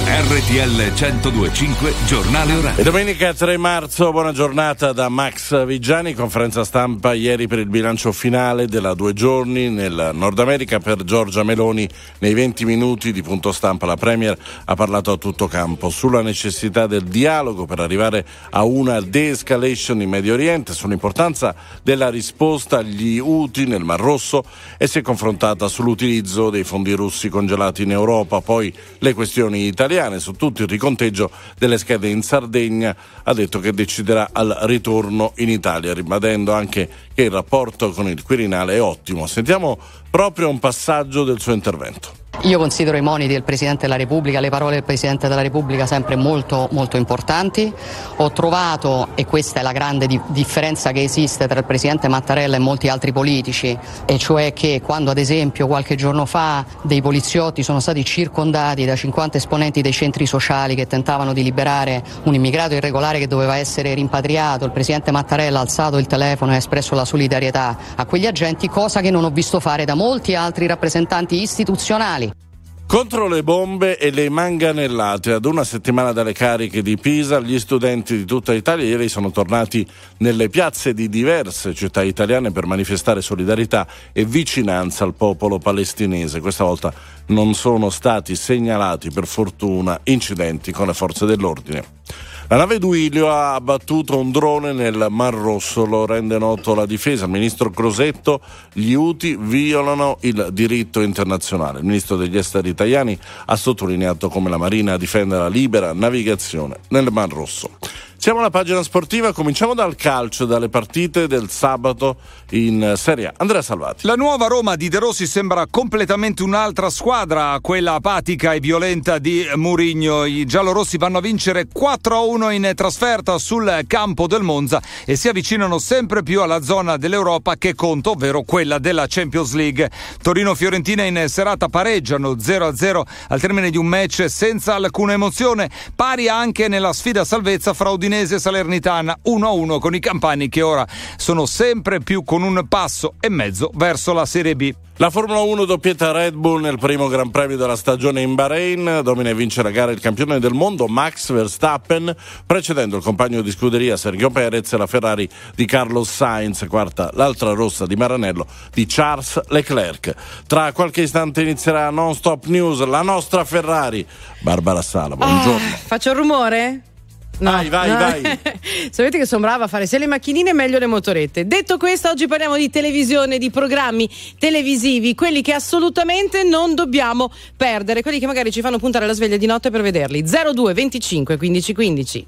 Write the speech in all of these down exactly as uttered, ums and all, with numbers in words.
R T L centodue e cinque Giornale Orario. E domenica tre marzo, buona giornata da Max Vigiani. Conferenza stampa ieri per il bilancio finale della due giorni nel Nord America per Giorgia Meloni. Nei venti minuti di punto stampa la Premier ha parlato a tutto campo sulla necessità del dialogo per arrivare a una de-escalation in Medio Oriente, sull'importanza della risposta agli Houthi nel Mar Rosso, e si è confrontata sull'utilizzo dei fondi russi congelati in Europa. Poi le questioni italiane, su tutto il riconteggio delle schede in Sardegna. Ha detto che deciderà al ritorno in Italia, ribadendo anche che il rapporto con il Quirinale è ottimo. Sentiamo proprio un passaggio del suo intervento. Io considero i moniti del Presidente della Repubblica, le parole del Presidente della Repubblica sempre molto molto importanti. Ho trovato, e questa è la grande di- differenza che esiste tra il Presidente Mattarella e molti altri politici, e cioè che quando ad esempio qualche giorno fa dei poliziotti sono stati circondati da cinquanta esponenti dei centri sociali che tentavano di liberare un immigrato irregolare che doveva essere rimpatriato, il Presidente Mattarella ha alzato il telefono e ha espresso la solidarietà a quegli agenti, cosa che non ho visto fare da molti altri rappresentanti istituzionali. Contro le bombe e le manganellate, ad una settimana dalle cariche di Pisa, gli studenti di tutta Italia ieri sono tornati nelle piazze di diverse città italiane per manifestare solidarietà e vicinanza al popolo palestinese. Questa volta non sono stati segnalati, per fortuna, incidenti con le forze dell'ordine. La nave Duilio ha abbattuto un drone nel Mar Rosso, lo rende noto la difesa. Il ministro Crosetto: gli Houthi violano il diritto internazionale. Il ministro degli esteri italiani ha sottolineato come la Marina difende la libera navigazione nel Mar Rosso. Siamo alla pagina sportiva, cominciamo dal calcio, dalle partite del sabato in Serie A. Andrea Salvati. La nuova Roma di De Rossi sembra completamente un'altra squadra, quella apatica e violenta di Mourinho. I giallorossi vanno a vincere quattro a uno in trasferta sul campo del Monza e si avvicinano sempre più alla zona dell'Europa che conta, ovvero quella della Champions League. Torino-Fiorentina in serata pareggiano zero a zero al termine di un match senza alcuna emozione, pari anche nella sfida salvezza fra Udinese e Salernitana uno a uno, con i campani che ora sono sempre più con un passo e mezzo verso la Serie B. La Formula uno doppietta Red Bull nel primo Gran Premio della stagione in Bahrain. Domina e vince la gara il campione del mondo Max Verstappen, precedendo il compagno di scuderia Sergio Perez e la Ferrari di Carlos Sainz, quarta l'altra rossa di Maranello di Charles Leclerc. Tra qualche istante inizierà Non Stop News, la nostra Ferrari. Barbara Sala, buongiorno. Oh, faccio il rumore? No, vai, vai, no. vai. Sapete che sono brava a fare sia le macchinine meglio le motorette. Detto questo, oggi parliamo di televisione, di programmi televisivi, quelli che assolutamente non dobbiamo perdere, quelli che magari ci fanno puntare la sveglia di notte per vederli. zero due venticinque quindici quindici.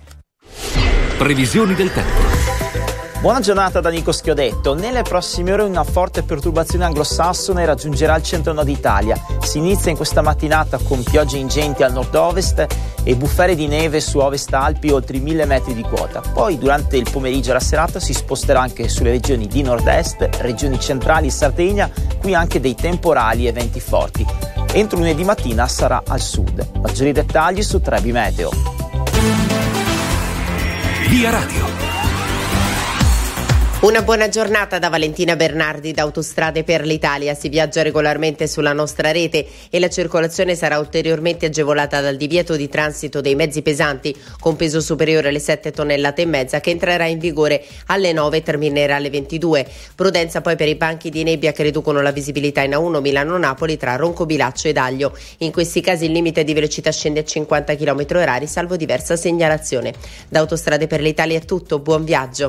Previsioni del tempo. Buona giornata da Nico Schiodetto. Nelle prossime ore una forte perturbazione anglosassone raggiungerà il centro-nord Italia. Si inizia in questa mattinata con piogge ingenti al nord-ovest e bufere di neve su ovest Alpi oltre i mille metri di quota. Poi durante il pomeriggio e la serata si sposterà anche sulle regioni di nord-est, regioni centrali e Sardegna, qui anche dei temporali e venti forti. Entro lunedì mattina sarà al sud. Maggiori dettagli su Trebi Meteo. Via Radio. Una buona giornata da Valentina Bernardi da Autostrade per l'Italia. Si viaggia regolarmente sulla nostra rete e la circolazione sarà ulteriormente agevolata dal divieto di transito dei mezzi pesanti con peso superiore alle sette tonnellate e mezza, che entrerà in vigore alle nove e terminerà alle ventidue. Prudenza poi per i banchi di nebbia che riducono la visibilità in A uno Milano-Napoli tra Roncobilaccio ed Aglio. In questi casi il limite di velocità scende a cinquanta chilometri orari salvo diversa segnalazione. Da Autostrade per l'Italia è tutto, buon viaggio.